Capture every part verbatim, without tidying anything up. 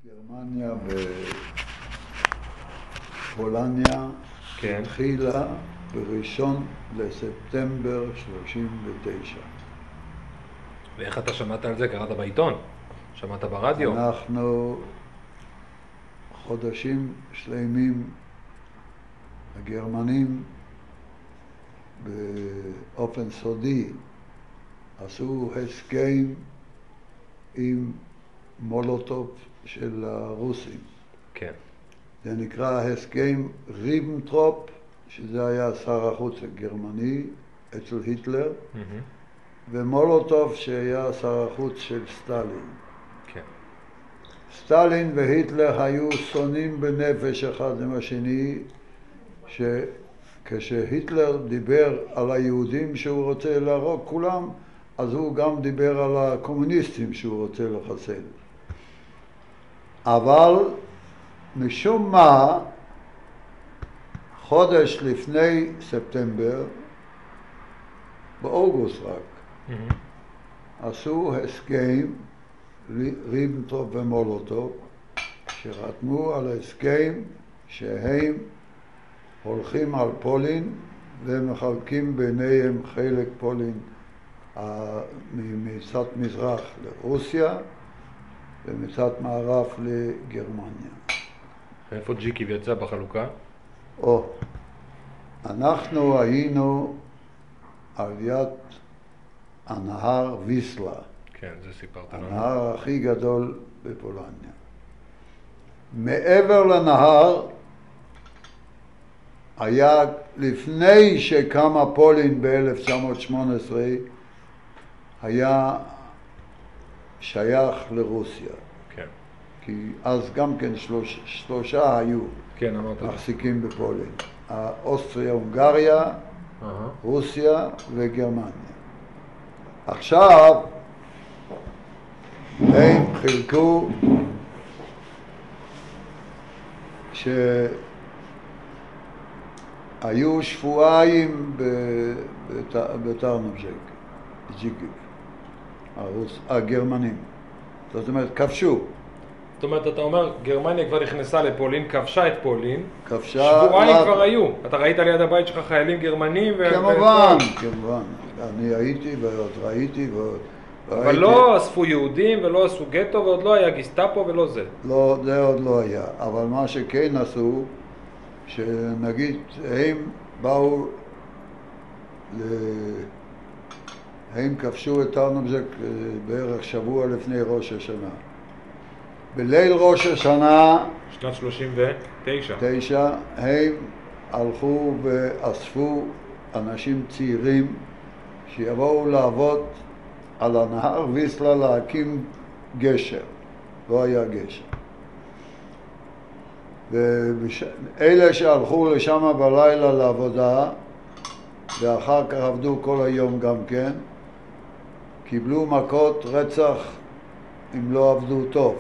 גרמניה בפולניה כן. התחילה בראשון לספטמבר שלושים ותשע. ואיך אתה שמעת על זה? קראת בעיתון? שמעת ברדיו? אנחנו חודשים שלמים, הגרמנים באופן סודי עשו הסכם עם מולוטוב של הרוסים. כן. זה נקרא הסכם ריבנטרופ, שזה היה שר החוץ הגרמני אצל היטלר, mm-hmm. ומולוטוב שהיה שר החוץ של סטלין. כן. סטלין והיטלר היו שונאים בנפש אחד עם השני, שכשהיטלר דיבר על היהודים שהוא רוצה להרוג כולם, אז הוא גם דיבר על הקומוניסטים שהוא רוצה לחסל. אבל משום מה, חודש לפני ספטמבר, באוגוסט רק, mm-hmm. עשו הסכם, ריבנטרופ ומולוטוב, שחתמו על הסכם שהם הולכים על פולין ומחלקים ביניהם חלק פולין מצד מזרח לרוסיה ומצד מערב לגרמניה. איפה ג'יקיב יצא בחלוקה? או, אנחנו היינו על יד הנהר ויסלה. כן, זה סיפרת לנו. הנהר הכי גדול בפולניה. מעבר לנהר היה, לפני שקמה פולין ב-אלף תשע מאות שמונה עשרה, היה שייך לרוסיה. כן. כי אז גם כן שלוש, שלושה היו כן, מחזיקים בפולין. אוסטריה, הונגריה, uh-huh. רוסיה וגרמניה. עכשיו הם חילקו שהיו שבועיים בטרנובז'ק, ג'יקיב, הגרמנים. זאת אומרת, כבשו. זאת אומרת, אתה אומר, גרמניה כבר נכנסה לפולין, כבשה את פולין, כבשה... שבועיים לה... כבר היו. אתה ראית ליד הבית שלך חיילים גרמנים? ו... כמובן, כמובן. אני הייתי ועוד ראיתי ועוד... אבל ראיתי... לא אספו יהודים ולא עשו גטו ועוד לא היה גיסטאפו ולא זה. לא, זה עוד לא היה. אבל מה שכן עשו, שנגיד, הם באו ל... הם כבשו את טרנובז'ק בערך שבוע לפני ראש השנה. בליל ראש השנה, שנת שלושים ותשע, תשע, הם הלכו ואספו אנשים צעירים שיבואו לעבוד על הנהר ויסלה להקים גשר. לא היה גשר. ואלה שהלכו לשם בלילה לעבודה, ואחר כך עבדו כל היום גם כן, קיבלו מכות רצח אם לא עבדו טוב.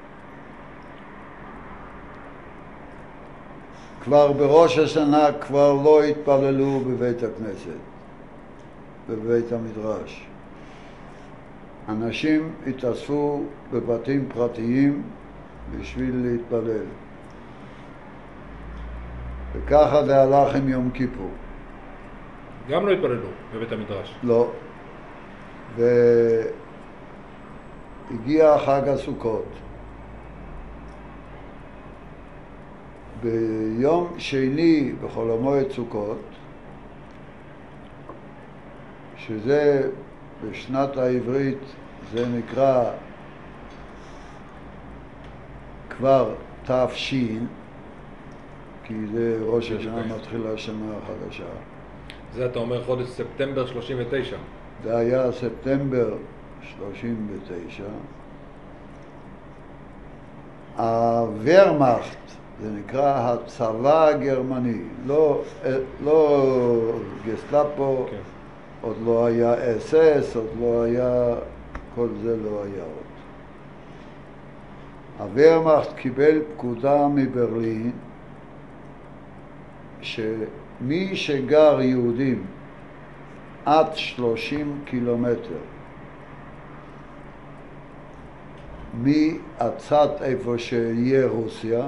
כבר בראש השנה כבר לא התפללו בבית הכנסת, בבית המדרש. אנשים התאספו בבתים פרטיים בשביל להתפלל. וככה זה הלך עם יום כיפור. גם לא התפללו בבית המדרש? לא. והגיע חג הסוכות. ביום שני בחול המועד סוכות, שזה בשנת העברית זה נקרא כבר תש"ין, כי זה ראש השנה מתחילה השנה החדשה. זה אתה אומר חודש ספטמבר שלושים ותשע. זה היה ספטמבר שלושים ותשע. הוורמאכט, זה נקרא הצבא הגרמני, לא, לא גסטאפו, כן. עוד לא היה אס אס, עוד לא היה, כל זה לא היה עוד. הוורמאכט קיבל פקודה מברלין, שמי שגר יהודים עד שלושים קילומטר מהצד איפה שיהיה רוסיה,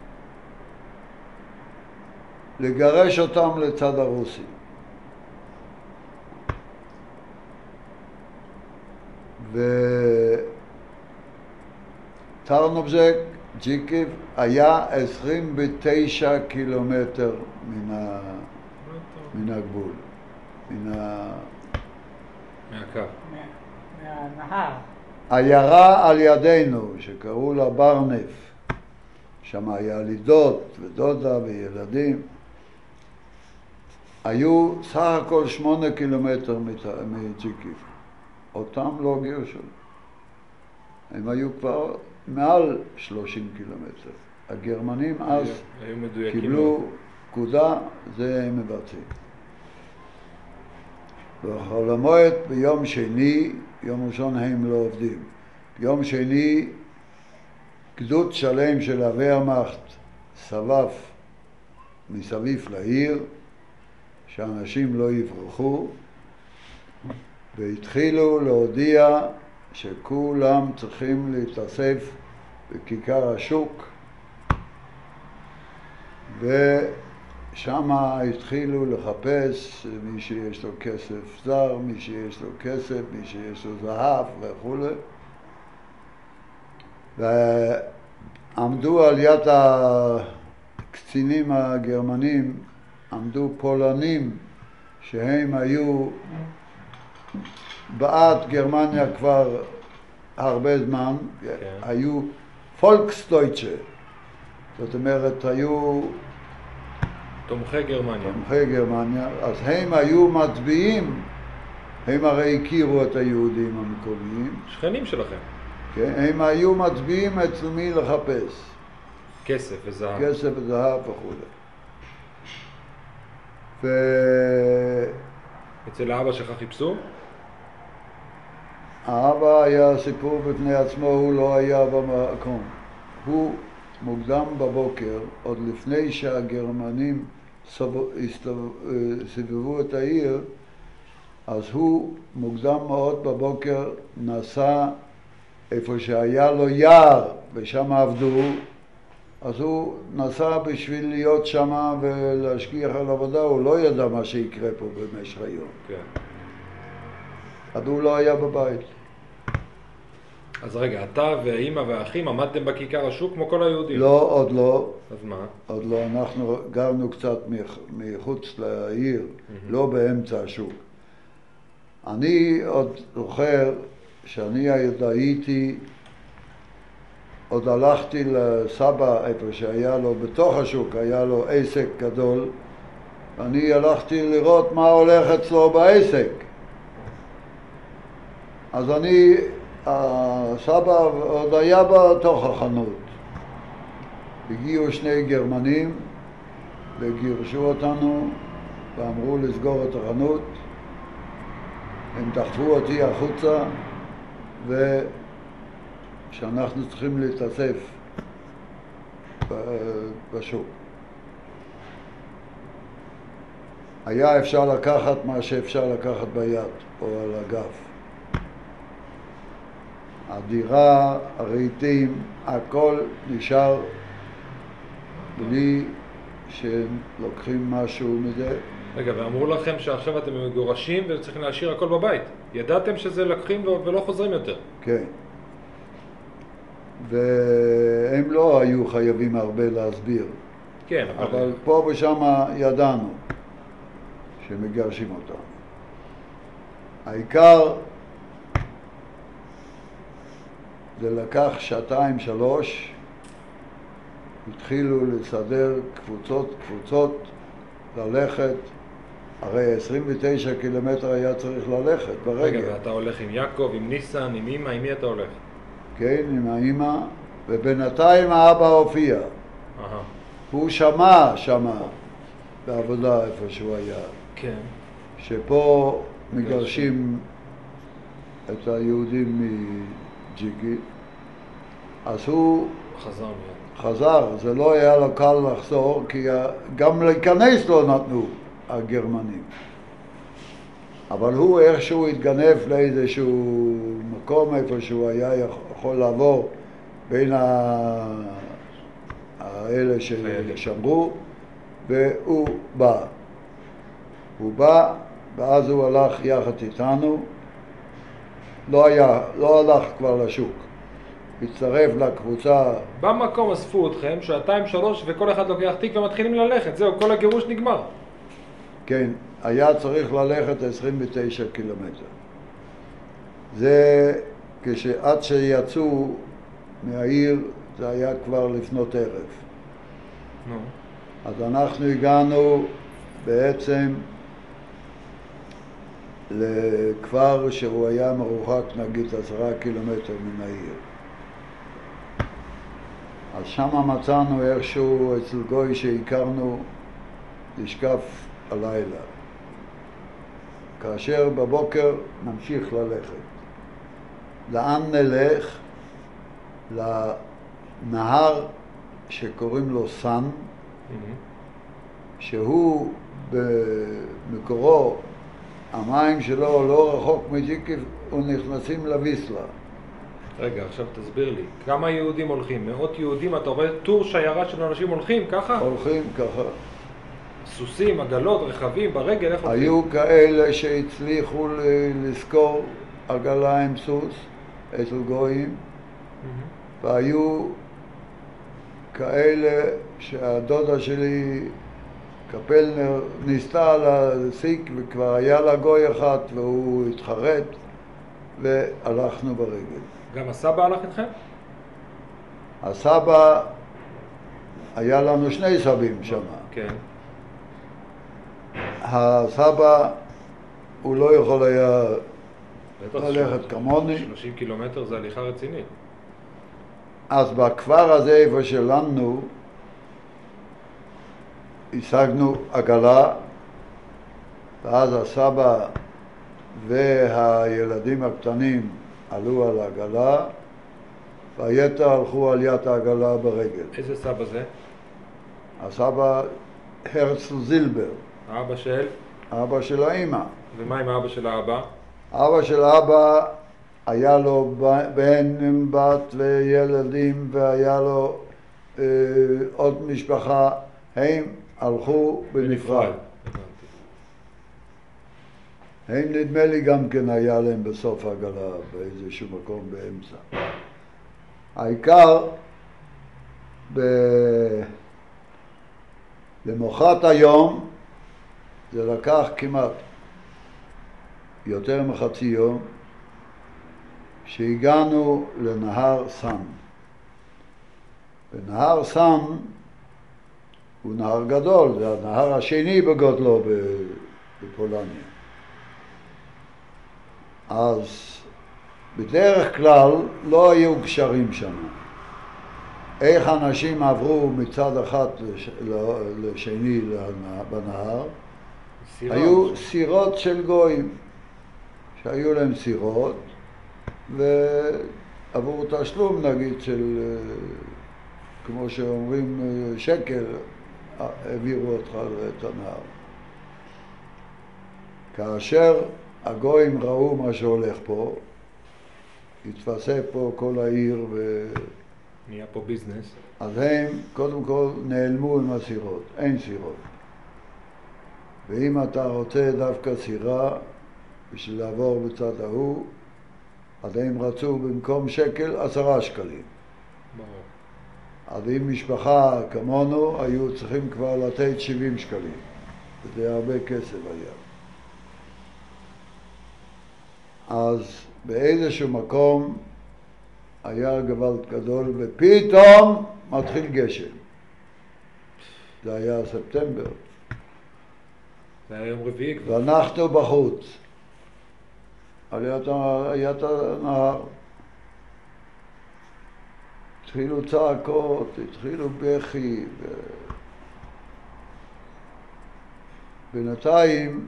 לגרש אותם לצד הרוסי. וטרנובזק, ג'יקיב, היה עשרים ותשע קילומטר מן, ה... מן הגבול, מן ה... מהקו. מהנהר. עיירה על ידינו, שקראו לה ברנף, שם היה לי דוד ודודה וילדים, היו סך הכל שמונה קילומטר מג'יקיב. אותם לא גירשו. הם היו כבר מעל שלושים קילומטר. הגרמנים אז קיבלו פקודה, זה הם מבצעים. בחול המועד ביום שני, יום ראשון הם לא עובדים. ביום שני גדוד שלם של הוורמאכט סבב מסביב לעיר, שאנשים לא יברחו, והתחילו להודיע שכולם צריכים להתאסף בכיכר השוק, ושם התחילו לחפש מי שיש לו כסף זר, מי שיש לו כסף, מי שיש לו זהב וכו'. ועמדו על יד הקצינים הגרמנים, עמדו פולנים שהם היו בעד גרמניה כבר הרבה זמן, okay. היו פולקסדויטשה, זאת אומרת היו תומכי גרמניה. תומכי גרמניה, אז הם היו מצביעים, הם הרי הכירו את היהודים המקומיים. שכנים שלכם. כן, הם היו מצביעים אצל מי לחפש. כסף וזהב. כסף וזהב וכו'. ו... אצל האבא שלך חיפשו? האבא היה סיפור בפני עצמו, הוא לא היה במקום. הוא מוקדם בבוקר, עוד לפני שהגרמנים סבבו את העיר, אז הוא מוקדם מאוד בבוקר נסע איפה שהיה לו יער ושם עבדו, אז הוא נסע בשביל להיות שם ולהשגיח על עבודה, הוא לא ידע מה שיקרה פה במשך היום. כן. אז הוא לא היה בבית. אז רגע, אתה והאימא והאחים עמדתם בכיכר השוק כמו כל היהודים? לא, עוד לא. אז מה? עוד לא, אנחנו גרנו קצת מחוץ לעיר, mm-hmm. לא באמצע השוק. אני עוד זוכר שאני עוד הייתי, עוד הלכתי לסבא איפה שהיה לו, בתוך השוק היה לו עסק גדול, ואני הלכתי לראות מה הולך אצלו בעסק. אז אני, הסבא עוד היה בתוך החנות. הגיעו שני גרמנים וגירשו אותנו ואמרו לסגור את החנות. הם דחפו אותי החוצה ושאנחנו צריכים להתאסף בשוק. היה אפשר לקחת מה שאפשר לקחת ביד או על הגב. הדירה, הרהיטים, הכל נשאר בלי שלוקחים משהו מזה. רגע, ואמרו לכם שעכשיו אתם מגורשים וצריכים להשאיר הכל בבית. ידעתם שזה לקחים ולא חוזרים יותר? כן. והם לא היו חייבים הרבה להסביר. כן, אבל... אבל פה ושם ידענו שמגרשים אותם. העיקר זה לקח שעתיים שלוש, התחילו לסדר קבוצות קבוצות ללכת, הרי עשרים ותשע קילומטר היה צריך ללכת ברגע. רגע, ואתה הולך עם יעקב, עם ניסן, עם אמא, עם מי אתה הולך? כן, עם האמא, ובינתיים האבא הופיע. אהה. הוא שמע, שמע, בעבודה איפה שהוא היה. כן. שפה מגרשים את היהודים מג'יקי, אז הוא חזר מיד. חזר, זה לא היה לו קל לחזור, כי גם להיכנס לא נתנו הגרמנים. אבל הוא איכשהו התגנב לאיזשהו מקום איפה שהוא היה יכול לעבור בין האלה ששמרו, והוא בא. הוא בא, ואז הוא הלך יחד איתנו, לא היה, לא הלך כבר לשוק. הצטרף לקבוצה. במקום אספו אתכם, שעתיים שלוש, וכל אחד לוקח תיק ומתחילים ללכת. זהו, כל הגירוש נגמר. כן, היה צריך ללכת עשרים ותשעה קילומטר. זה כשעד שיצאו מהעיר, זה היה כבר לפנות ערב. נו. אז אנחנו הגענו בעצם לכפר שהוא היה מרוחק נגיד עשרה קילומטר מן העיר. אז שם מצאנו איכשהו אצל גוי שהכרנו לשקף הלילה. כאשר בבוקר נמשיך ללכת. לאן נלך? לנהר שקוראים לו סן, שהוא במקורו, המים שלו לא רחוק מג'יקיב, ונכנסים לוויסלה. רגע, עכשיו תסביר לי, כמה יהודים הולכים? מאות יהודים, אתה רואה טור שיירה של אנשים הולכים ככה? הולכים ככה. סוסים, עגלות, רכבים, ברגל, איך הולכים? היו כאלה שהצליחו לזכור עגלה עם סוס אצל גויים, mm-hmm. והיו כאלה שהדודה שלי קפלנר ניסתה להסיק וכבר היה לה גוי אחד והוא התחרט והלכנו ברגל. גם הסבא הלך איתכם? הסבא, היה לנו שני סבים שם. כן. הסבא, הוא לא יכול היה ללכת כמוני. שלושים קילומטר זה הליכה רצינית. אז בכפר הזה איפה שלנו, השגנו עגלה, ואז הסבא והילדים הקטנים עלו על העגלה, והיתר הלכו על יד העגלה ברגל. איזה סבא זה? הסבא הרצל זילבר. האבא של? האבא של האמא. ומה עם האבא של האבא? האבא של האבא היה לו בן עם בת וילדים, והיה לו אה, עוד משפחה. הם הלכו בנפרד. הם נדמה לי גם כן היה להם בסוף העגלה באיזשהו מקום באמצע. העיקר ב... למחרת היום זה לקח כמעט יותר מחצי יום שהגענו לנהר סן. ונהר סן הוא נהר גדול, זה הנהר השני בגודלו בפולניה. אז בדרך כלל לא היו גשרים שם. איך אנשים עברו מצד אחד לש... לשני בנהר? סירות. היו סירות של גויים, שהיו להם סירות, ועבור תשלום נגיד של, כמו שאומרים, שקל, העבירו אותך את הנהר. כאשר הגויים ראו מה שהולך פה, התווסף פה כל העיר ו... נהיה פה ביזנס. אז הם קודם כל נעלמו עם הסירות, אין סירות. ואם אתה רוצה דווקא סירה בשביל לעבור בצד ההוא, אז הם רצו במקום שקל עשרה שקלים. ברור. אז אם משפחה כמונו היו צריכים כבר לתת שבעים שקלים. וזה הרבה כסף היה. אז באיזשהו מקום היה גוואלד גדול, ופתאום מתחיל גשם. זה היה ספטמבר. זה היה יום רביעי כבר. ואנחנו בחוץ, על יד הנהר. התחילו צעקות, התחילו בכי. ו... בינתיים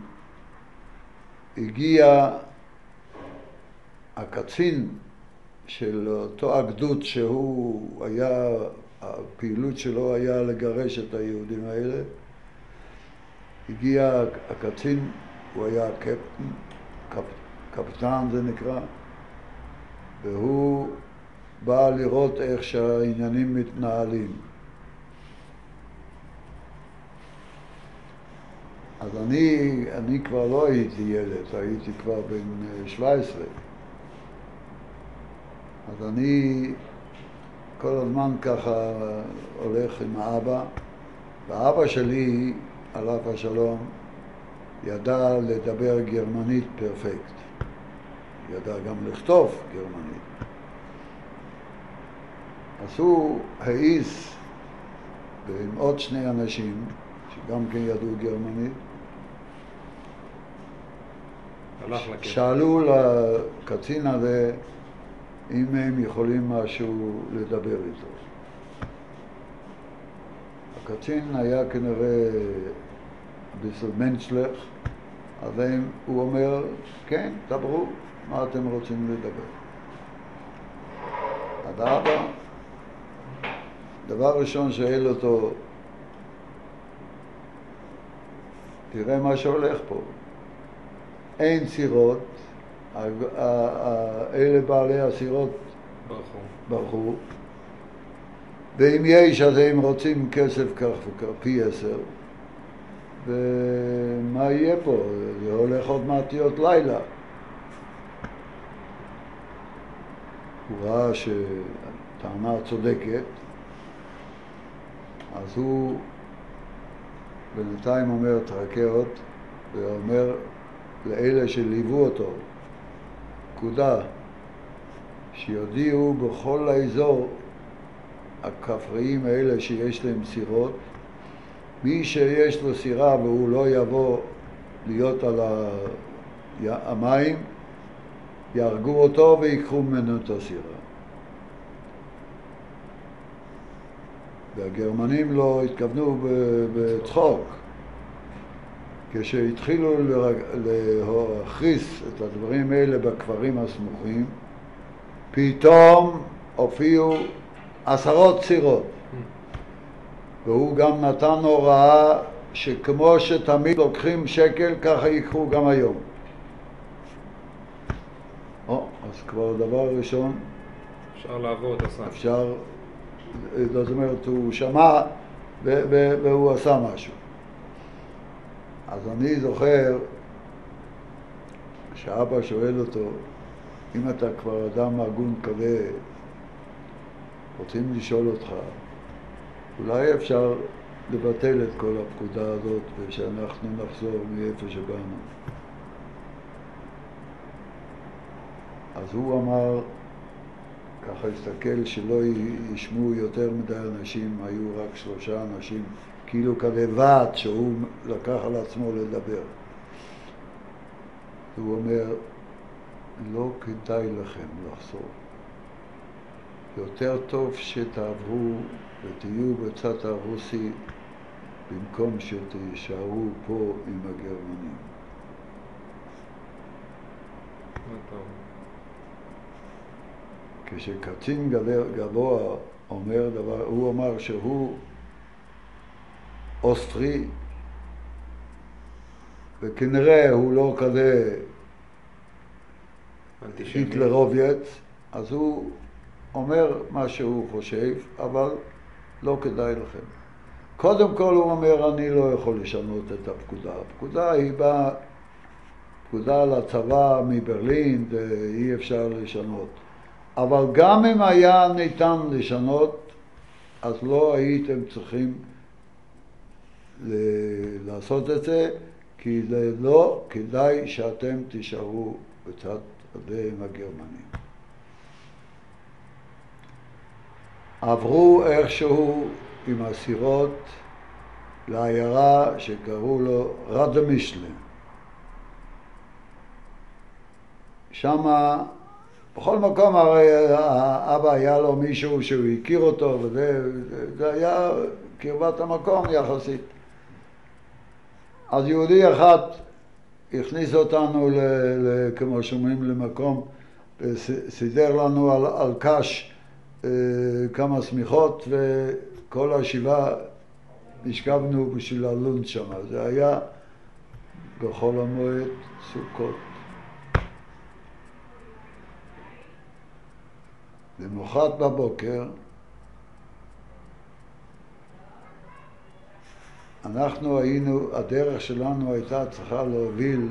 הגיע הקצין של אותו הגדוד שהוא היה, הפעילות שלו היה לגרש את היהודים האלה. הגיע הקצין, הוא היה הקפטן, קפ, קפטן זה נקרא, והוא בא לראות איך שהעניינים מתנהלים. אז אני, אני כבר לא הייתי ילד, הייתי כבר בן שבע עשרה. אז אני כל הזמן ככה הולך עם האבא, והאבא שלי, עליו השלום, ידע לדבר גרמנית פרפקט. ידע גם לכתוב גרמנית. אז הוא העיז עם עוד שני אנשים, שגם כן ידעו גרמנית, שאלו לקצין הזה אם הם יכולים משהו לדבר איתו. הקצין היה כנראה ביסל מנצ'לך, אז הם, הוא אומר, כן, דברו, מה אתם רוצים לדבר? אז האבא, דבר ראשון שאל אותו, תראה מה שהולך פה. אין סירות, אלה בעלי הסירות ברחו. ברחו, ואם יש אז הם רוצים כסף כך וכך, פי עשר, ומה יהיה פה? זה הולך עוד מעט להיות לילה. הוא ראה שטענה צודקת, אז הוא בינתיים אומר תחכה עוד, ואומר לאלה שליוו אותו, פקודה, שיודיעו בכל האזור הכפריים האלה שיש להם סירות, מי שיש לו סירה והוא לא יבוא להיות על המים, יהרגו אותו ויקחו ממנו את הסירה. והגרמנים לא התכוונו בצחוק. כשהתחילו להכריס את הדברים האלה בכפרים הסמוכים, פתאום הופיעו עשרות סירות. והוא גם נתן הוראה שכמו שתמיד לוקחים שקל, ככה ייקחו גם היום. או, אז כבר דבר ראשון, אפשר לעבור את הסם. אפשר, זאת אומרת, הוא שמע והוא עשה משהו. אז אני זוכר שאבא שואל אותו, אם אתה כבר אדם הגון כזה, רוצים לשאול אותך, אולי אפשר לבטל את כל הפקודה הזאת ושאנחנו נחזור מאיפה שבאנו. אז הוא אמר, ככה הסתכל שלא ישמעו יותר מדי אנשים, היו רק שלושה אנשים, כאילו כזה ועד שהוא לקח על עצמו לדבר. הוא אומר, לא כדאי לכם לחזור. יותר טוב שתעברו ותהיו בצד הרוסי במקום שתישארו פה עם הגרמנים. כשקצין גבוה אומר דבר, הוא אומר שהוא אוסטרי, וכנראה הוא לא כזה היטלרובייץ, אז הוא אומר מה שהוא חושב, אבל לא כדאי לכם. קודם כל הוא אומר, אני לא יכול לשנות את הפקודה. הפקודה היא באה, פקודה לצבא מברלין, ואי אפשר לשנות. אבל גם אם היה ניתן לשנות, אז לא הייתם צריכים לעשות את זה, כי זה לא כדאי שאתם תישארו בצד הזה עם הגרמנים. עברו איכשהו עם הסירות לעיירה שקראו לו רדמישלן. שמה, בכל מקום הרי האבא היה לו מישהו שהוא הכיר אותו, וזה זה היה קרבת המקום יחסית. אז יהודי אחד הכניס אותנו, ל, ל, כמו שאומרים, למקום, סידר לנו על, על קש אה, כמה סמיכות, וכל השבעה נשכבנו בשביל הלונץ' שם. זה היה בחול המועד סוכות. למחרת בבוקר אנחנו היינו, הדרך שלנו הייתה צריכה להוביל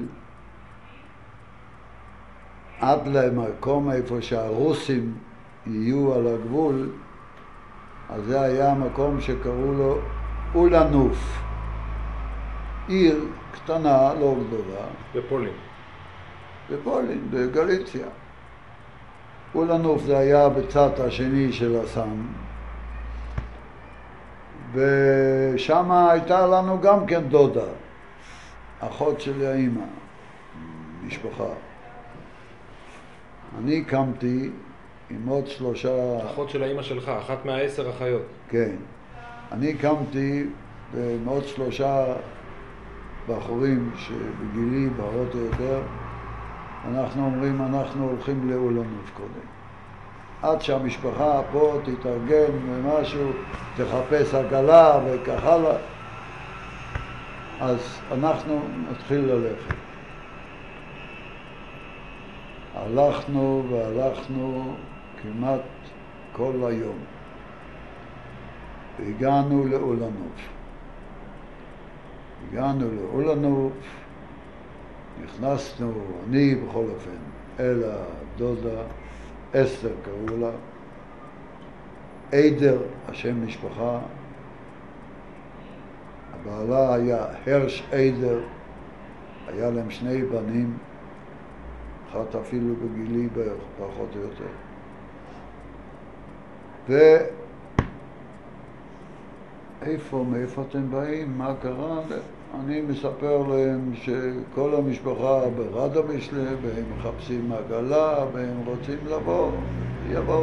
עד למקום איפה שהרוסים יהיו על הגבול, אז זה היה מקום שקראו לו אולנוף, עיר קטנה, לא גדולה. בפולין. בפולין, בגליציה. אולנוף זה היה בצד השני של הסן, ושם הייתה לנו גם כן דודה, אחות של האמא, משפחה. אני קמתי עם עוד שלושה... אחות של האמא שלך, אחת מהעשר אחיות. כן. אני קמתי עם עוד שלושה בחורים שבגילי, פחות או יותר, אנחנו אומרים, אנחנו הולכים לאולנוף קודם. עד שהמשפחה פה תתארגן ומשהו, תחפש עגלה וכך הלאה, אז אנחנו נתחיל ללכת. הלכנו והלכנו כמעט כל היום. והגענו לאולנוף. הגענו לאולנוף, נכנסנו, אני בכל אופן, אל הדודה, אסתר קראו לה, עדר, השם משפחה, הבעלה היה הרש עדר, היה להם שני בנים, אחת אפילו בגילי פחות או יותר. ואיפה, מאיפה אתם באים? מה קרה? אני מספר להם שכל המשפחה ברדה משלה, והם מחפשים עגלה, והם רוצים לבוא, יבואו.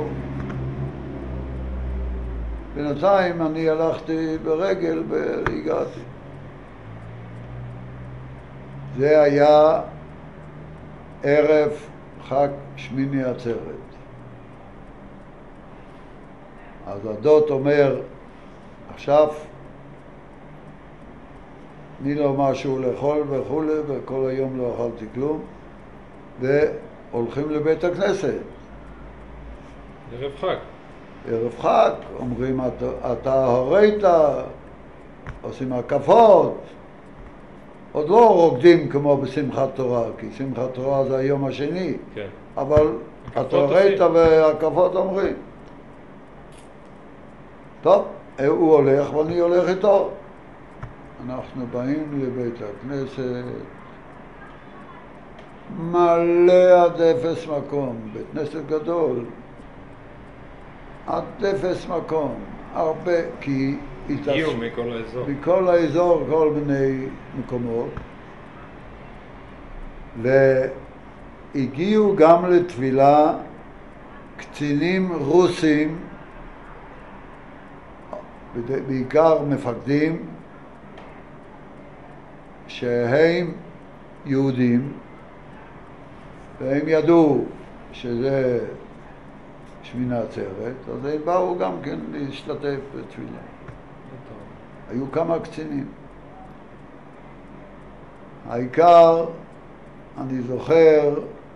בינתיים אני הלכתי ברגל והגעתי. זה היה ערב חג שמיני עצרת. אז הדוד אומר, עכשיו תני לו משהו לאכול וכו', וכל היום לא אכלתי כלום, והולכים לבית הכנסת. ערב חג. ערב חג, אומרים, אתה, אתה הורית, עושים הקפות, עוד לא רוקדים כמו בשמחת תורה, כי שמחת תורה זה היום השני, כן. אבל אתה הורית והקפות אומרים. טוב, הוא הולך ואני הולך איתו. אנחנו באים לבית הכנסת, מלא עד אפס מקום, בית כנסת גדול, עד אפס מקום, הרבה, כי הגיעו מכל האזור. מכל האזור, כל מיני מקומות, והגיעו גם לתפילה קצינים רוסים, בעיקר מפקדים, שהם יהודים, והם ידעו שזה שמיני עצרת, אז הם באו גם כן להשתתף בתפילה. היו כמה קצינים. העיקר, אני זוכר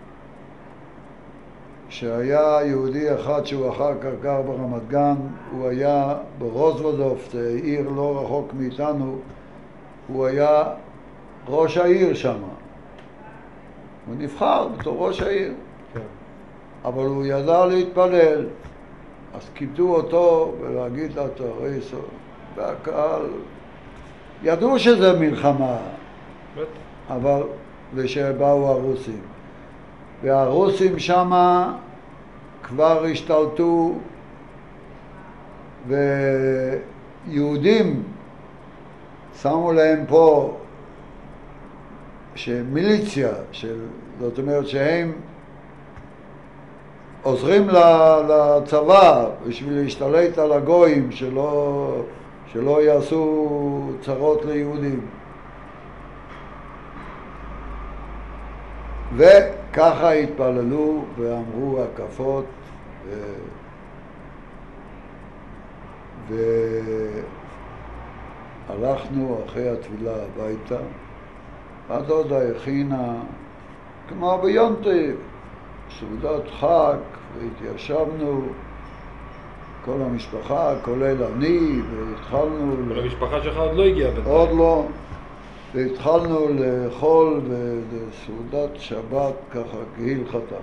שהיה יהודי אחד שהוא אחר כך גר ברמת גן, הוא היה ברוזוודוף, זה עיר לא רחוק מאיתנו, הוא היה ראש העיר שם. הוא נבחר בתור ראש העיר. כן. אבל הוא ידע להתפלל. אז כיבדו אותו ולהגיד לה תריסו. והקהל ידעו שזה מלחמה. בטח. אבל, ושבאו הרוסים. והרוסים שמה כבר השתלטו, ויהודים שמו להם פה שמיליציה, של, זאת אומרת שהם עוזרים לצבא בשביל להשתלט על הגויים, שלא, שלא יעשו צרות ליהודים. וככה התפללו ואמרו הקפות, ו... והלכנו אחרי התפילה הביתה. הדודה הכינה, כמו ביונטב, סעודת חג, והתיישבנו, כל המשפחה, כולל אני, והתחלנו... כל המשפחה שלך עוד לא הגיעה בינתיים. עוד לא. והתחלנו לאכול בסעודת שבת ככה כהלכתה.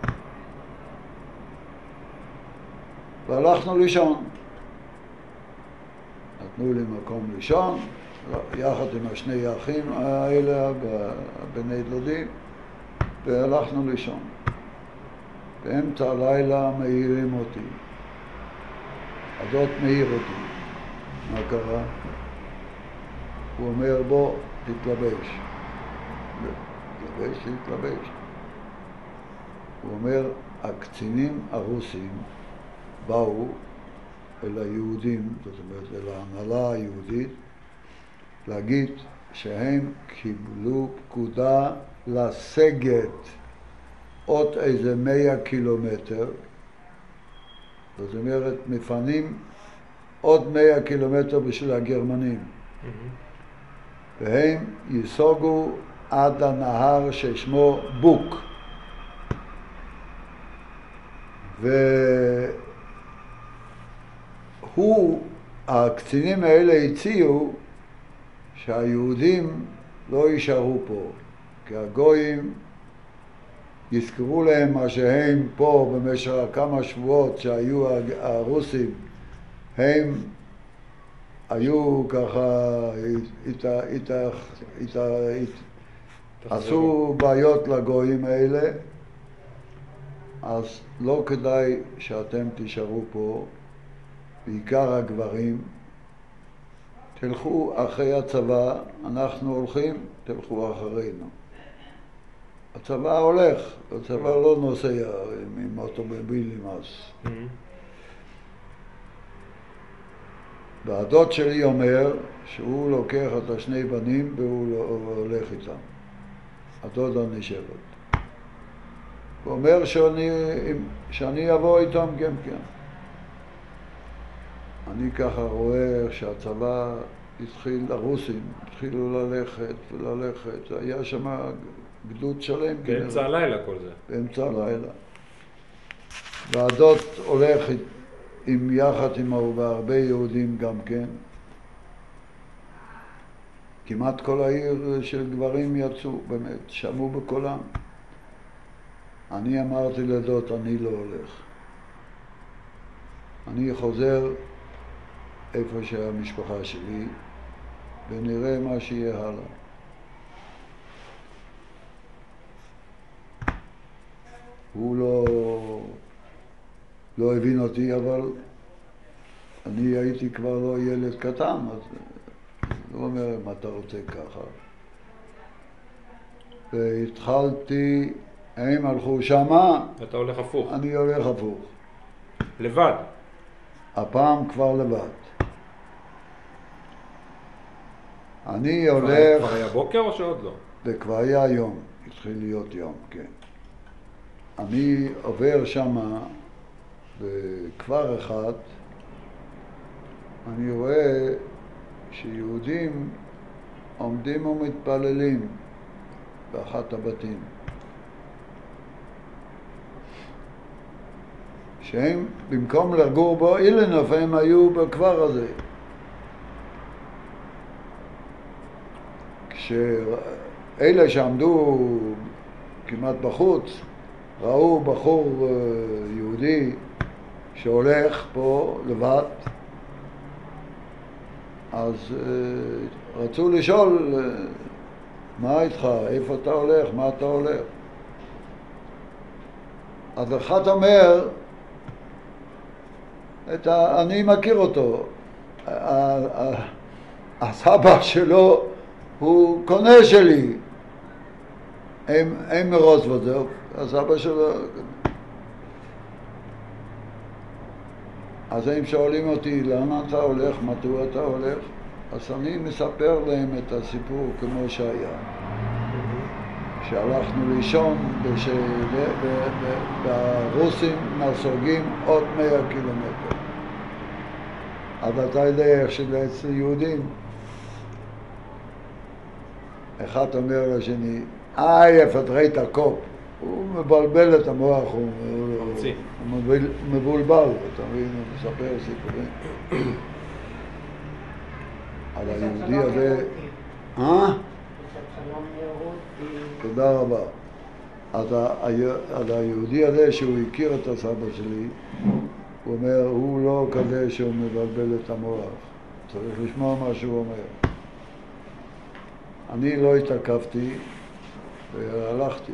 והלכנו לישון. נתנו לי מקום לישון, יחד עם השני האחים האלה, בני דודים, והלכנו לישון. באמצע הלילה מעירים אותי. הדוד מעיר אותי. מה קרה? הוא אומר, בוא, תתלבש. תתלבש, תתלבש. הוא אומר, הקצינים הרוסים באו אל היהודים, זאת אומרת, אל ההנהלה היהודית, להגיד שהם קיבלו פקודה לסגת עוד איזה מאה קילומטר, זאת אומרת, מפנים עוד מאה קילומטר בשביל הגרמנים. Mm-hmm. והם יסוגו עד הנהר ששמו בוק. והוא, הקצינים האלה הציעו שהיהודים לא יישארו פה, כי הגויים יזכרו להם מה שהם פה במשך כמה שבועות שהיו הרוסים, הם היו ככה, איתה, איתה, איתה, איתה, עשו בעיות לגויים האלה, אז לא כדאי שאתם תישארו פה, בעיקר הגברים, תלכו אחרי הצבא, אנחנו הולכים, תלכו אחרינו. הצבא הולך, הצבא לא נוסע עם אוטומובילים אז. Mm-hmm. והדוד שלי אומר שהוא לוקח את השני בנים והוא הולך איתם. הדוד הנשארת. הוא אומר שאני, שאני אבוא איתם גם כן. אני ככה רואה איך שהצבא התחיל, הרוסים התחילו ללכת וללכת, היה שם גדוד שלם. באמצע כנראה. הלילה כל זה. באמצע הלילה. והדוד הולך עם יחד עם הרבה יהודים גם כן. כמעט כל העיר של גברים יצאו, באמת, שמעו בקולם. אני אמרתי לדוד, אני לא הולך. אני חוזר איפה שהמשפחה שלי, ונראה מה שיהיה הלאה. הוא לא, לא הבין אותי, אבל אני הייתי כבר לא ילד קטן, אז הוא אומר, מה אתה רוצה ככה? והתחלתי, הם הלכו שמה. אתה הולך הפוך. אני הולך הפוך. לבד? הפעם כבר לבד. אני הולך... כבר היה בוקר או שעוד לא? זה כבר היה יום, התחיל להיות יום, כן. אני עובר שמה בכפר אחד, אני רואה שיהודים עומדים ומתפללים באחת הבתים. שהם במקום לגור בו אילנוף הם היו בכפר הזה. כשאלה שעמדו כמעט בחוץ ראו בחור יהודי שהולך פה לבד, אז רצו לשאול מה איתך, איפה אתה הולך, מה אתה הולך. אז אחד אומר, את ה... אני מכיר אותו, הסבא שלו הוא קונה שלי, הם, הם מרוזוודוב, הסבא שלו. אז הם שואלים אותי, לאן אתה הולך, מדוע אתה הולך? אז אני מספר להם את הסיפור כמו שהיה. שהלכנו לישון, והרוסים נסוגים עוד מאה קילומטר. אז אתה יודע איך שזה אצל יהודים. אחד אומר לשני, איי, איפה תראי את הקופ, הוא מבלבל את המוח, הוא, ממציא. הוא מבול, מבולבל, אתה מבין, הוא מספר סיפורים. על היהודי הזה... אה? תודה רבה. אז על היהודי הזה שהוא הכיר את הסבא שלי, הוא אומר, הוא לא כזה שהוא מבלבל את המוח. צריך לשמוע מה שהוא אומר. אני לא התעכבתי והלכתי.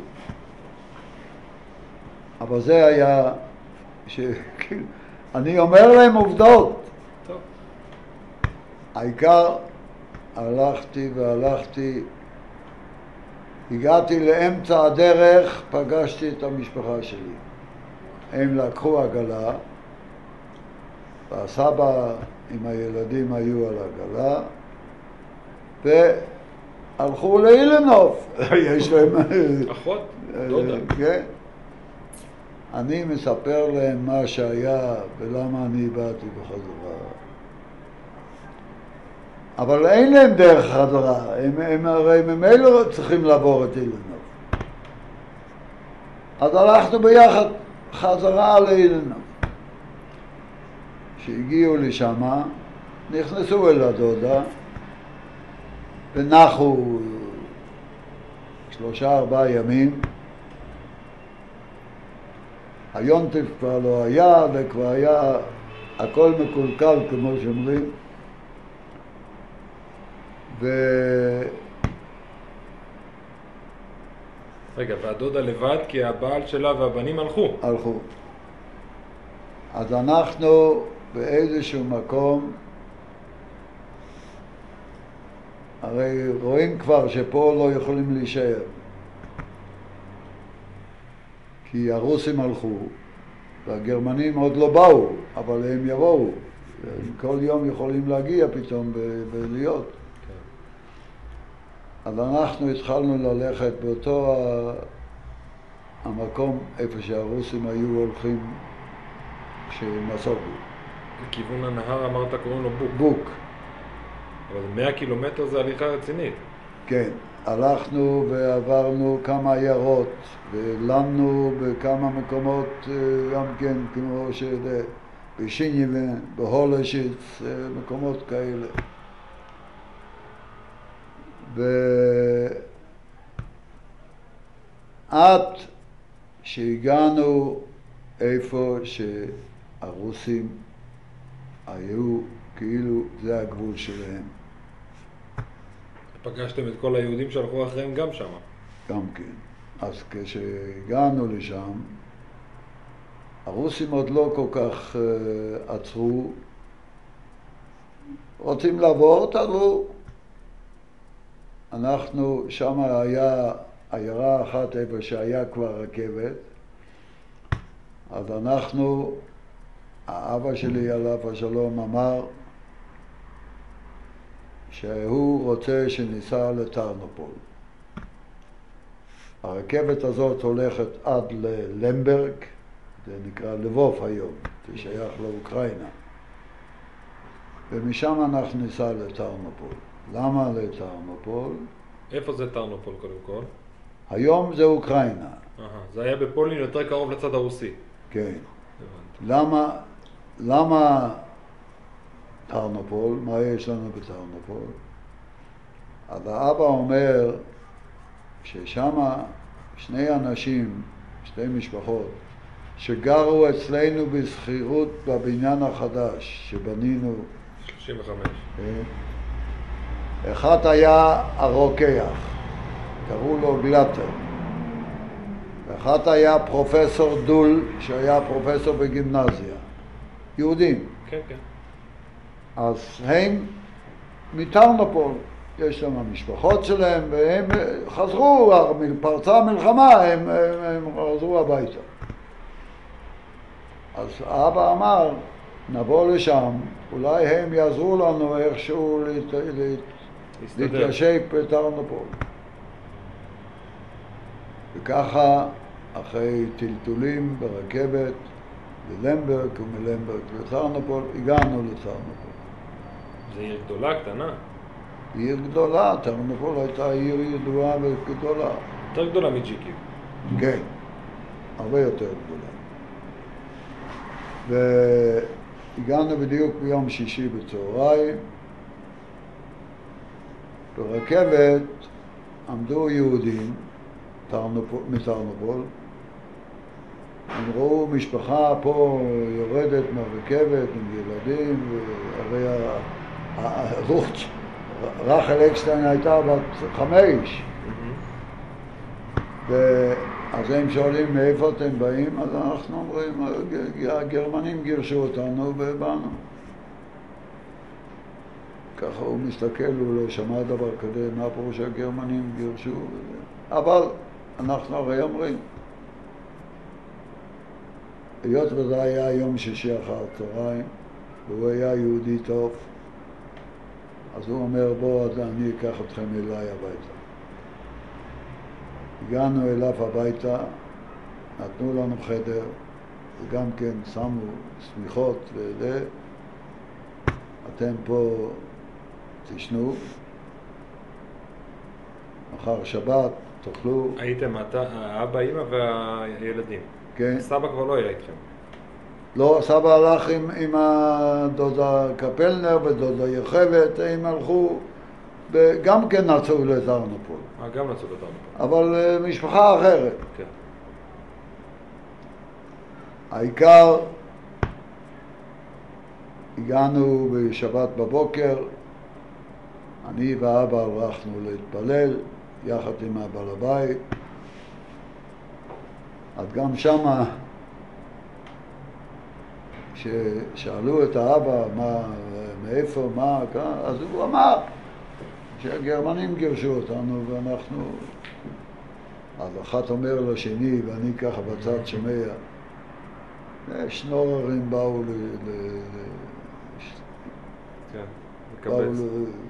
אבל זה היה, ש... אני אומר להם עובדות. טוב. העיקר הלכתי והלכתי, הגעתי לאמצע הדרך, פגשתי את המשפחה שלי. הם לקחו עגלה, והסבא עם הילדים היו על עגלה, והלכו לאילנוף. יש להם... אחות? דודה. כן. אני מספר להם מה שהיה ולמה אני באתי בחזרה. אבל אין להם דרך חזרה, הם, הם הרי ממילא צריכים לעבור את אילנוף. אז הלכנו ביחד חזרה לאילנוף. שהגיעו לשם, נכנסו אל הדודה ונחו שלושה ארבעה ימים. היונטף כבר לא היה, וכבר היה הכל מקולקל כמו שאומרים. ו... רגע, והדודה לבד כי הבעל שלה והבנים הלכו. הלכו. אז אנחנו באיזשהו מקום, הרי רואים כבר שפה לא יכולים להישאר. כי הרוסים הלכו, והגרמנים עוד לא באו, אבל הם יבואו. הם כל יום יכולים להגיע פתאום בלהיות. כן. אז אנחנו התחלנו ללכת באותו המקום איפה שהרוסים היו הולכים כשהם נסוגו. לכיוון הנהר אמרת קוראים לו בוק. בוק. אבל מאה קילומטר זה הליכה רצינית. כן. הלכנו ועברנו כמה עיירות ולמנו בכמה מקומות גם כן כמו שזה בשיניבן, בהולשיץ, מקומות כאלה. ועד שהגענו איפה שהרוסים היו כאילו זה הגבול שלהם. פגשתם את כל היהודים שהלכו אחריהם גם שם. גם כן. אז כשהגענו לשם, הרוסים עוד לא כל כך uh, עצרו. רוצים לעבור, תעלו. אנחנו, שם היה עיירה אחת איפה שהיה כבר רכבת. אז אנחנו, האבא שלי עליו השלום אמר, שהוא רוצה שניסע לטרנופול. הרכבת הזאת הולכת עד ללמברג, זה נקרא לבוב היום, זה שייך לאוקראינה. ומשם אנחנו ניסע לטרנופול. למה לטרנופול? איפה זה טרנופול קודם כל? היום זה אוקראינה. Aha, זה היה בפולין יותר קרוב לצד הרוסי. כן. למה, למה טרנופול? מה יש לנו בטרנופול? אז האבא אומר ששם שני אנשים, שתי משפחות, שגרו אצלנו בסחירות בבניין החדש שבנינו. שלושים וחמש. אחד היה הרוקח, קראו לו גלטר. ואחד היה פרופסור דול, שהיה פרופסור בגימנזיה. יהודים. כן, כן. אז הם מטרנופול, יש שם המשפחות שלהם, והם חזרו, פרצה המלחמה, הם, הם, הם חזרו הביתה. אז האבא אמר, נבוא לשם, אולי הם יעזרו לנו איכשהו להת... להת... להתיישב בטרנופול. וככה, אחרי טלטולים ברכבת, ללמברג ומלמברג לטרנופול, הגענו לטרנופול. זה עיר גדולה, קטנה? עיר גדולה, טרנופול הייתה עיר ידועה וגדולה. יותר גדולה מג'יקיב. כן, הרבה יותר גדולה. והגענו בדיוק ביום שישי בצהריים, ברכבת עמדו יהודים מטרנופול, הם ראו משפחה פה יורדת מהרכבת עם ילדים, והרי רות, רחל אקשטיין הייתה בת חמש, אז הם שואלים מאיפה אתם באים, אז אנחנו אומרים, הגרמנים גירשו אותנו ובאנו. ככה הוא מסתכל, הוא לא שמע דבר כזה, מה פירוש הגרמנים גירשו, אבל אנחנו הרי אומרים, היות וזה היה יום שישי אחר צהריים, והוא היה יהודי טוב, אז הוא אומר, בוא, אני אקח אתכם אליי הביתה. הגענו אליו הביתה, נתנו לנו חדר, וגם כן שמו סמיכות וזה, אתם פה תשנו, מחר שבת תאכלו. הייתם אתה, האבא, אמא והילדים. כן. סבא כבר לא היה איתכם. לא, סבא הלך עם, עם הדודה קפלנר ודודה יחבת, הם הלכו, וגם כן נסעו לטרנופול. אה, גם נסעו לטרנופול. אבל משפחה אחרת. כן. העיקר, הגענו בשבת בבוקר, אני ואבא הלכנו להתפלל, יחד עם הבעל הבית. אז גם שמה, כששאלו את האבא מה, מאיפה, מה, אז הוא אמר שהגרמנים גירשו אותנו ואנחנו, אז אחת אומר לשני ואני ככה בצד שומע, שנוררים באו ל... כן, באו מקבץ.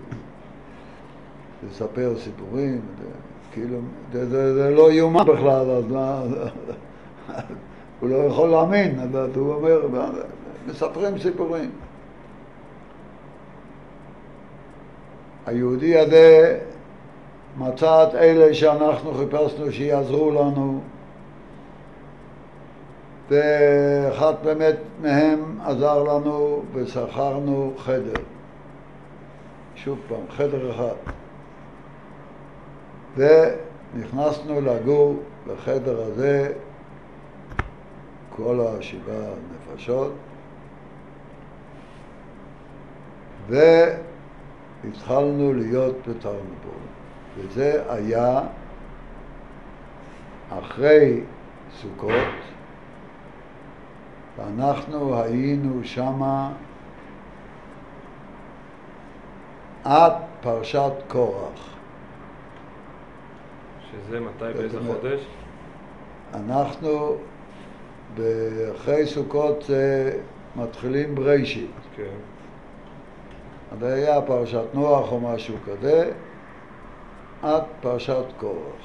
לספר סיפורים, כאילו, זה, זה, זה לא יאומן בכלל, אז מה, הוא לא יכול להאמין, אז הוא אומר, מספרים סיפורים. היהודי הזה מצא את אלה שאנחנו חיפשנו שיעזרו לנו, ואחד באמת מהם עזר לנו ושכרנו חדר. שוב פעם, חדר אחד. ונכנסנו לגור בחדר הזה כל השבעה נפשות, והתחלנו להיות בטרנופול. וזה היה אחרי סוכות, ואנחנו היינו שמה עד פרשת קורח. שזה מתי, באיזה חודש? אנחנו אחרי סוכות מתחילים בראשית. כן. אז היה פרשת נוח או משהו כזה, עד פרשת קורח.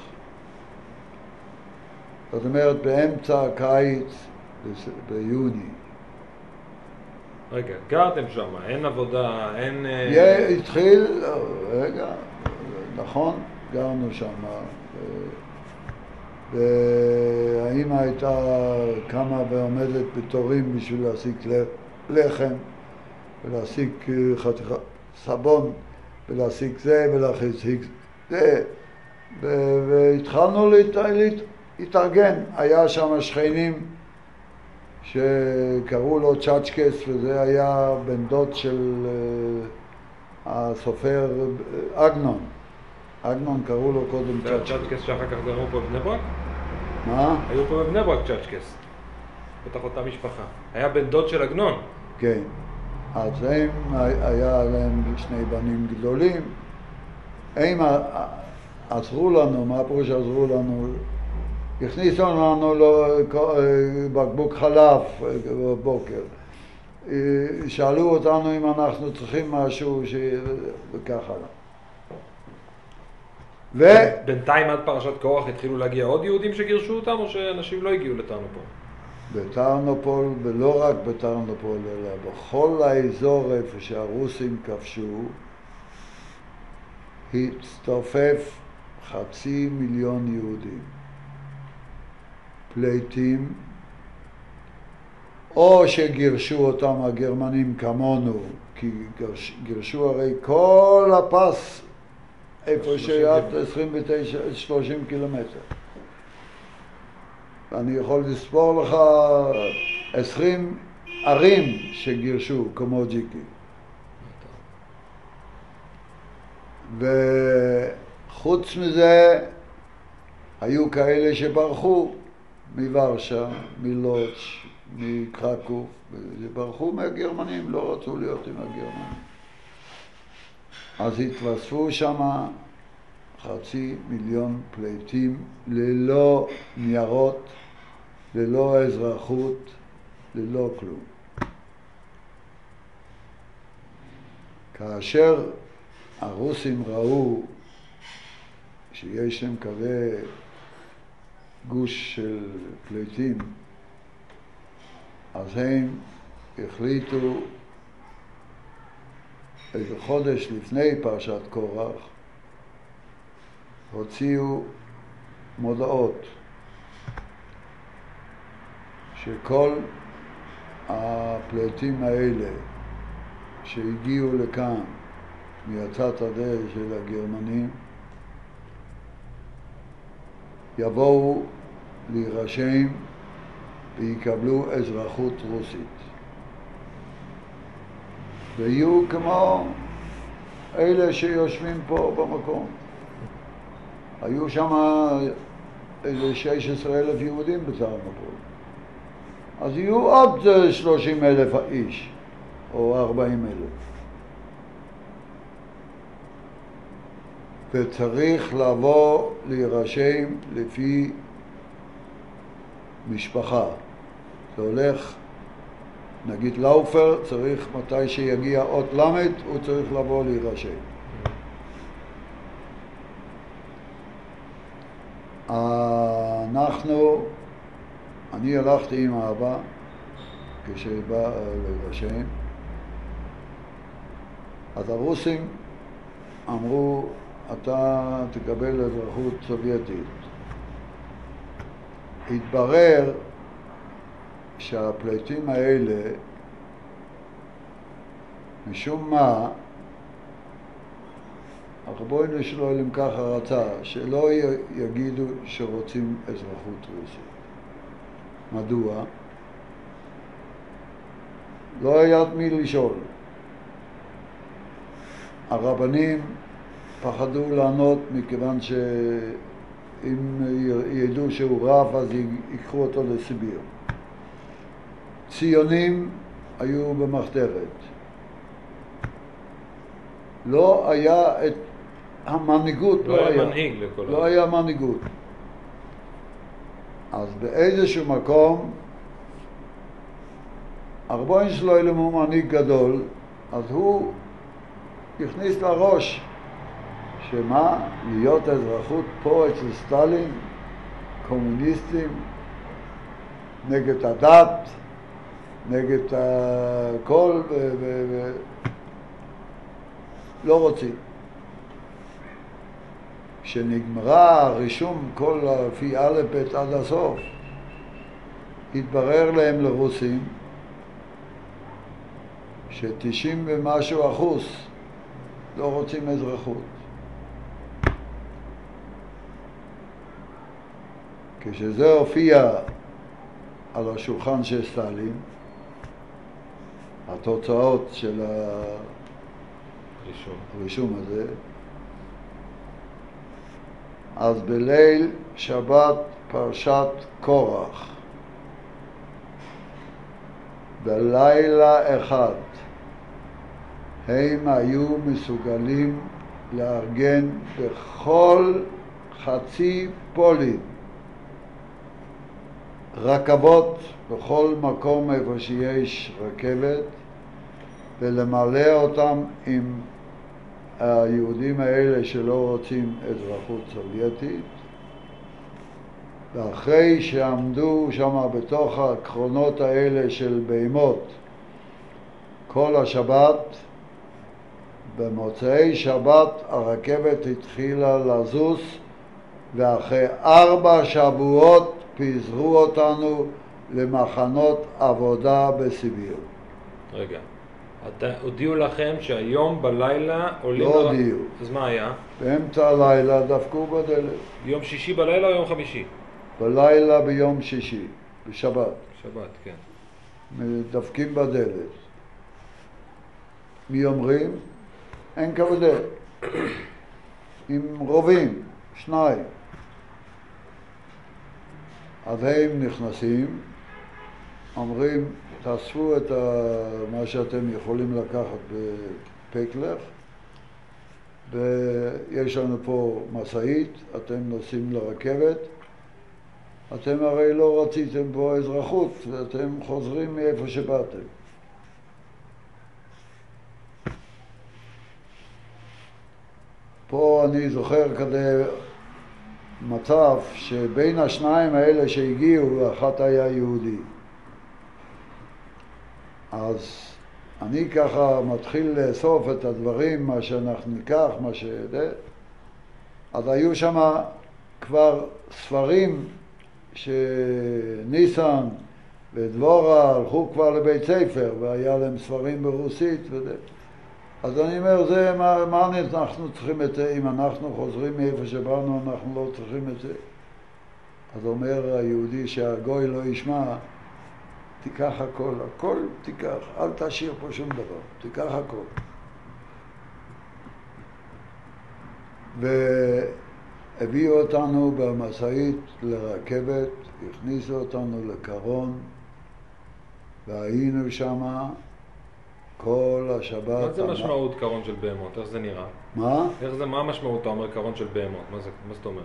זאת אומרת, באמצע הקיץ, ביוני. רגע, גרתם שם, אין עבודה, אין... התחיל, רגע, נכון, גרנו שם. והאמא הייתה קמה ועומדת בתורים בשביל להשיג לחם, ולהשיג חתיכה סבון, ולהשיג זה ולהשיג זה. והתחלנו להתארגן. היה שם שכנים שקראו לו צ'צ'קס, וזה היה בן דוד של הסופר אגנון. אגנון קראו לו קודם צ'צ'קס. צ'צ'קס שאחר כך גרו פה בבני ברק? מה? היו פה בבני ברק צ'צ'קס. בטח אותה משפחה. היה בן דוד של אגנון. כן. אז הם, היה להם שני בנים גדולים. הם עזרו לנו, מה פירוש עזרו לנו? הכניסו לנו בקבוק חלב בבוקר. שאלו אותנו אם אנחנו צריכים משהו וככה. ו... בינתיים עד פרשת קורח התחילו להגיע עוד יהודים שגירשו אותם, או שאנשים לא הגיעו לטרנופול? בטרנופול, ולא רק בטרנופול, אלא בכל האזור איפה שהרוסים כבשו, הצטופף חצי מיליון יהודים. פליטים, או שגירשו אותם הגרמנים כמונו, כי גירש, גירשו הרי כל הפס איפה שעד עשרים ותשע שלושים קילומטר. אני יכול לספור לך עשרים ערים שגירשו כמו ג'יקי. וחוץ מזה היו כאלה שברחו מוורשה, מלודז', מקרקוב, שברחו מהגרמנים, לא רצו להיות עם הגרמנים. אז התווספו שם חצי מיליון פליטים ללא ניירות, ללא אזרחות, ללא כלום. כאשר הרוסים ראו שיש להם כזה גוש של פליטים, אז הם החליטו איזה חודש לפני פרשת קורח, הוציאו מודעות שכל הפליטים האלה שהגיעו לכאן מיצאת הדרך של הגרמנים יבואו להירשם ויקבלו אזרחות רוסית ויהיו כמו אלה שיושבים פה במקום. היו שם איזה שש עשרה אלף יהודים בסך הכל, אז יהיו עוד שלושים אלף איש או ארבעים אלף, וצריך לבוא להירשם לפי משפחה. זה הולך, נגיד לאופר צריך מתי שיגיע אות למד הוא צריך לבוא להירשם. אנחנו, אני הלכתי עם האבא כשבא להירשם, אז הרוסים אמרו אתה תקבל אזרחות סובייטית. התברר שהפליטים האלה משום מה הרבונו שלום ככה רצה שלא יגידו שרוצים אזרחות רוסית. מדוע? לא היה מי לשאול. הרבנים פחדו לענות מכיוון שאם ידעו שהוא רב אז ייקחו אותו לסיביר. ציונים היו במחתרת. לא היה את המנהיגות, לא, לא היה מנהיג לכל לא היה מנהיגות. אז באיזשהו מקום הרבוין שלו הוא מנהיג גדול, אז הוא הכניס לראש שמה? להיות אזרחות פה אצל סטלין, קומוניסטים, נגד הדת, נגד הכל, ו... ו... ו... לא רוצים. כשנגמרה הרישום כל לפי א' ב' עד הסוף, התברר להם לרוסים שתשעים ומשהו אחוז לא רוצים אזרחות. כשזה הופיע על השולחן של סטלין, התוצאות של הרישום הזה, אז בליל שבת פרשת קורח, בלילה אחד, הם היו מסוגלים לארגן בכל חצי פולין רכבות בכל מקום איפה שיש רכבת ולמלא אותם עם היהודים האלה שלא רוצים אזרחות סובייטית, ואחרי שעמדו שם בתוך הקרונות האלה של בהמות כל השבת, במוצאי שבת הרכבת התחילה לזוז, ואחרי ארבע שבועות פיזרו אותנו למחנות עבודה בסיביר. רגע, אתה, הודיעו לכם שהיום בלילה עולים... לא ל... הודיעו. אז מה היה? באמצע הלילה דפקו בדלת. יום שישי בלילה או יום חמישי? בלילה ביום שישי, בשבת. שבת, כן. דפקים בדלת. מי אומרים? אין כבוד. עם רובים, שניים. אז הם נכנסים, אומרים, תאספו את מה שאתם יכולים לקחת בפקלך, ויש לנו פה מסעית, אתם נוסעים לרכבת, אתם הרי לא רציתם פה אזרחות, ואתם חוזרים מאיפה שבאתם. פה אני זוכר כזה מצב שבין השניים האלה שהגיעו, אחת היה יהודי. אז אני ככה מתחיל לאסוף את הדברים, מה שאנחנו ניקח, מה ש... אז היו שם כבר ספרים שניסן ודבורה הלכו כבר לבית ספר, והיה להם ספרים ברוסית וזה. אז אני אומר, זה מה, מה אנחנו צריכים את זה? אם אנחנו חוזרים מאיפה שבאנו, אנחנו לא צריכים את זה. אז אומר היהודי שהגוי לא ישמע, תיקח הכל, הכל תיקח, אל תשאיר פה שום דבר, תיקח הכל. והביאו אותנו במסעית לרכבת, הכניסו אותנו לקרון, והיינו שמה כל השבת. מה זה משמעות קרון של בהמות? איך זה נראה? מה? איך זה, מה המשמעות, אתה אומר, קרון של בהמות? מה זה, מה זאת אומרת?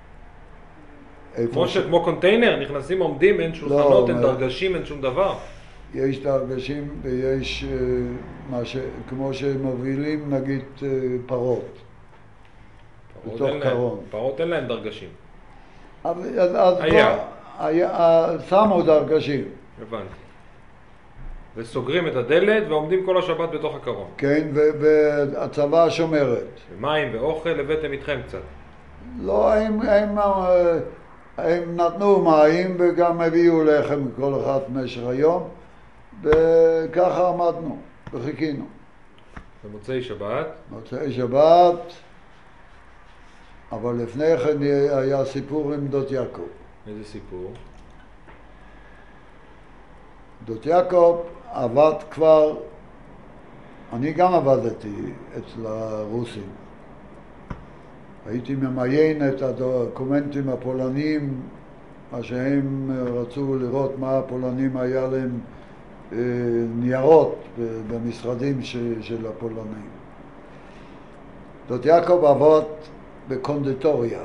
כמו ש... כמו קונטיינר, נכנסים, עומדים, אין שולחנות, אין דרגשים, אין שום דבר. יש דרגשים ויש מה ש... כמו שמובילים נגיד פרות. בתוך קרון. פרות אין להם דרגשים. היה. היה. שמו דרגשים. הבנתי. וסוגרים את הדלת ועומדים כל השבת בתוך הקרון. כן, והצבא שומרת. ומים ואוכל הבאתם איתכם קצת. לא, הם, הם, הם נתנו מים וגם הביאו לחם כל אחד במשך היום, וככה עמדנו וחיכינו. במוצאי שבת? מוצאי שבת, אבל לפני כן היה סיפור עם דוד יעקב. איזה סיפור? דוד יעקב עבד כבר, אני גם עבדתי אצל הרוסים. הייתי ממיין את הדוקומנטים הפולניים, מה שהם רצו לראות מה הפולנים היה להם אה, ניירות במשרדים ש, של הפולנים. דוד יעקב עבד בקונדיטוריה.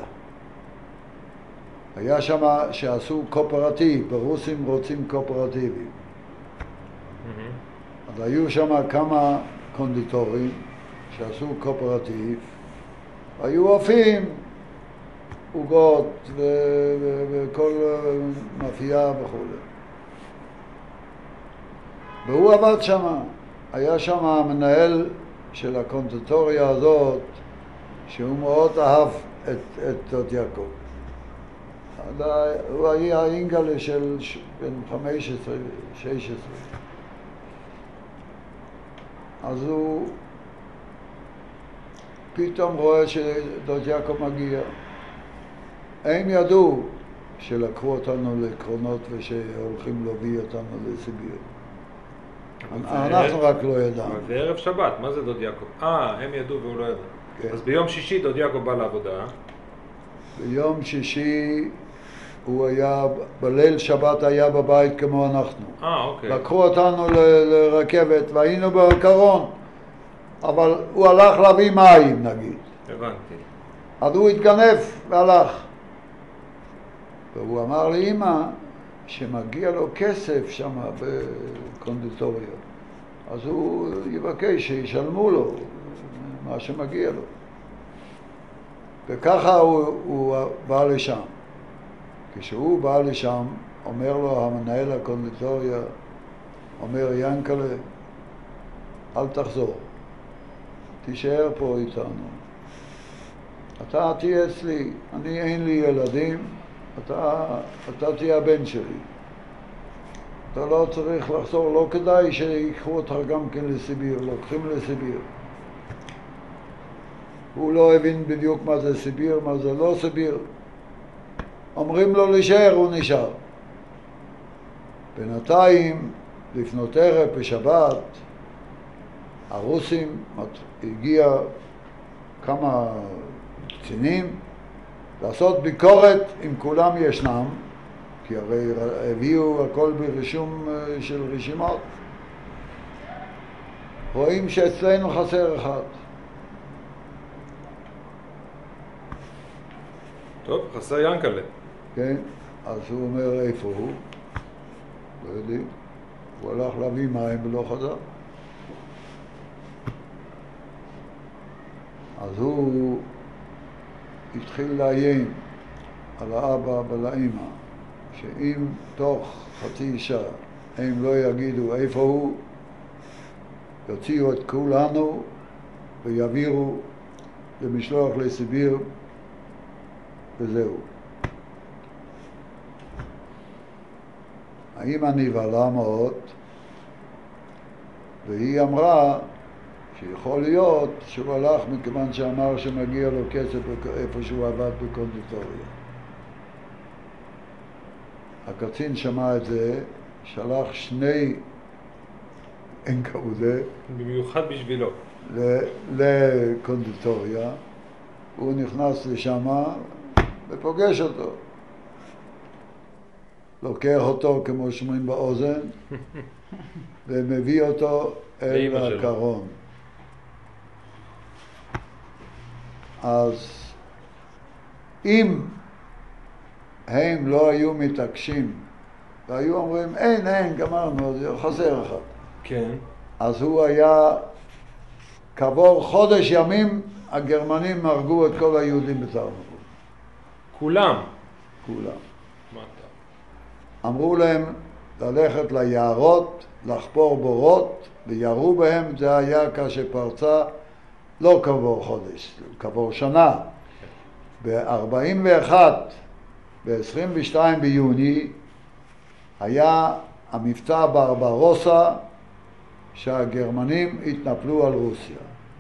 היה שם שעשו קואופרטיב, ברוסים רוצים קואופרטיבים. Mm-hmm. אז היו שם כמה קונדיטורים שעשו קואופרטיב, היו אופים, עוגות ו- ו- וכל מאפייה וכו'. והוא עבד שם, היה שם המנהל של הקונדיטוריה הזאת, שהוא מאוד אהב את, את דוד יעקב. הוא היה אינגלה של בן חמש עשרה, שש עשרה. אז הוא פתאום רואה שדוד יעקב מגיע. הם ידעו שלקחו אותנו לקרונות ושהולכים להביא אותנו לסיביר. אנחנו רק לא ידענו. זה ערב שבת, מה זה דוד יעקב? אה, הם ידעו והוא לא ידע. כן. אז ביום שישי דוד יעקב בא לעבודה. ביום שישי הוא היה, בליל שבת היה בבית כמו אנחנו. אה, אוקיי. לקחו אותנו ל- לרכבת והיינו בקרון, אבל הוא הלך להביא מים נגיד. הבנתי. אז הוא התגנף והלך. והוא אמר לאמא שמגיע לו כסף שם בקונדיטוריה. אז הוא יבקש שישלמו לו מה שמגיע לו. וככה הוא, הוא בא לשם. כשהוא בא לשם, אומר לו המנהל הקונדיטוריה, אומר ינקלה, אל תחזור, תישאר פה איתנו. אתה תהיה אצלי, אני אין לי ילדים, אתה, אתה תהיה הבן שלי. אתה לא צריך לחזור, לא כדאי שיקחו אותך גם כן לסיביר, לוקחים לסיביר. הוא לא הבין בדיוק מה זה סיביר, מה זה לא סיביר. אומרים לו להישאר, הוא נשאר. בינתיים, לפנות ערב בשבת, הרוסים, הגיע כמה קצינים לעשות ביקורת אם כולם ישנם, כי הרי הביאו הכל ברישום של רשימות. רואים שאצלנו חסר אחד. טוב, חסר ינקלה. כן, אז הוא אומר איפה הוא? לא יודעים. הוא הלך להביא מים ולא חזר. אז הוא התחיל לאיים על האבא ולאמא, שאם תוך חצי שעה הם לא יגידו איפה הוא, יוציאו את כולנו ויעבירו למשלוח לסיביר, וזהו. האמא נבהלה מאוד, והיא אמרה שיכול להיות שהוא הלך מכיוון שאמר שמגיע לו כסף איפה שהוא עבד בקונדיטוריה. הקצין שמע את זה, שלח שני אנקאוזה במיוחד בשבילו לקונדיטוריה. הוא נכנס לשם ופוגש אותו. לוקח אותו כמו שומעים באוזן ומביא אותו אל הקרון. אז אם הם לא היו מתעקשים והיו אומרים אין, אין, גמרנו, זה חסר אחד. כן. אז הוא היה, כעבור חודש ימים הגרמנים הרגו את כל היהודים בצרפת. כולם? כולם. מה אתה? אמרו להם ללכת ליערות, לחפור בורות, וירו בהם. זה היה כאשר פרצה, לא כעבור חודש, כעבור שנה. ב-ארבעים ואחת, ב-עשרים ושתיים ביוני, היה המבצע ברברוסה, שהגרמנים התנפלו על רוסיה.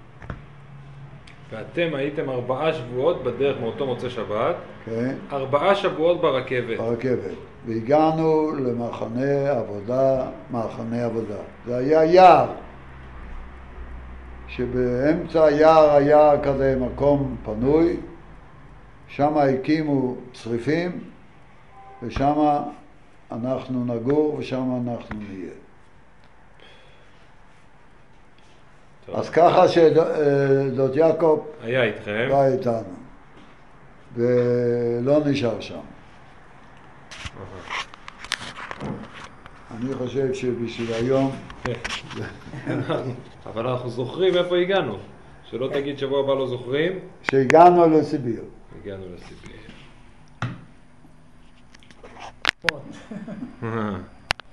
ואתם הייתם ארבעה שבועות בדרך מאותו מוצא שבת, כן? ארבעה שבועות ברכבת. ברכבת. והגענו למחנה עבודה, מחנה עבודה. זה היה יער, שבאמצע היער היה כזה מקום פנוי, שם הקימו צריפים, ושם אנחנו נגור ושם אנחנו נהיה. טוב. אז ככה שדוד יעקב היה איתכם. בא איתנו, ולא נשאר שם. אני חושב שבשביל היום... אבל אנחנו זוכרים איפה הגענו. שלא תגיד שבוע הבא לא זוכרים. שהגענו לסיביר. הגענו לסיביר. פה.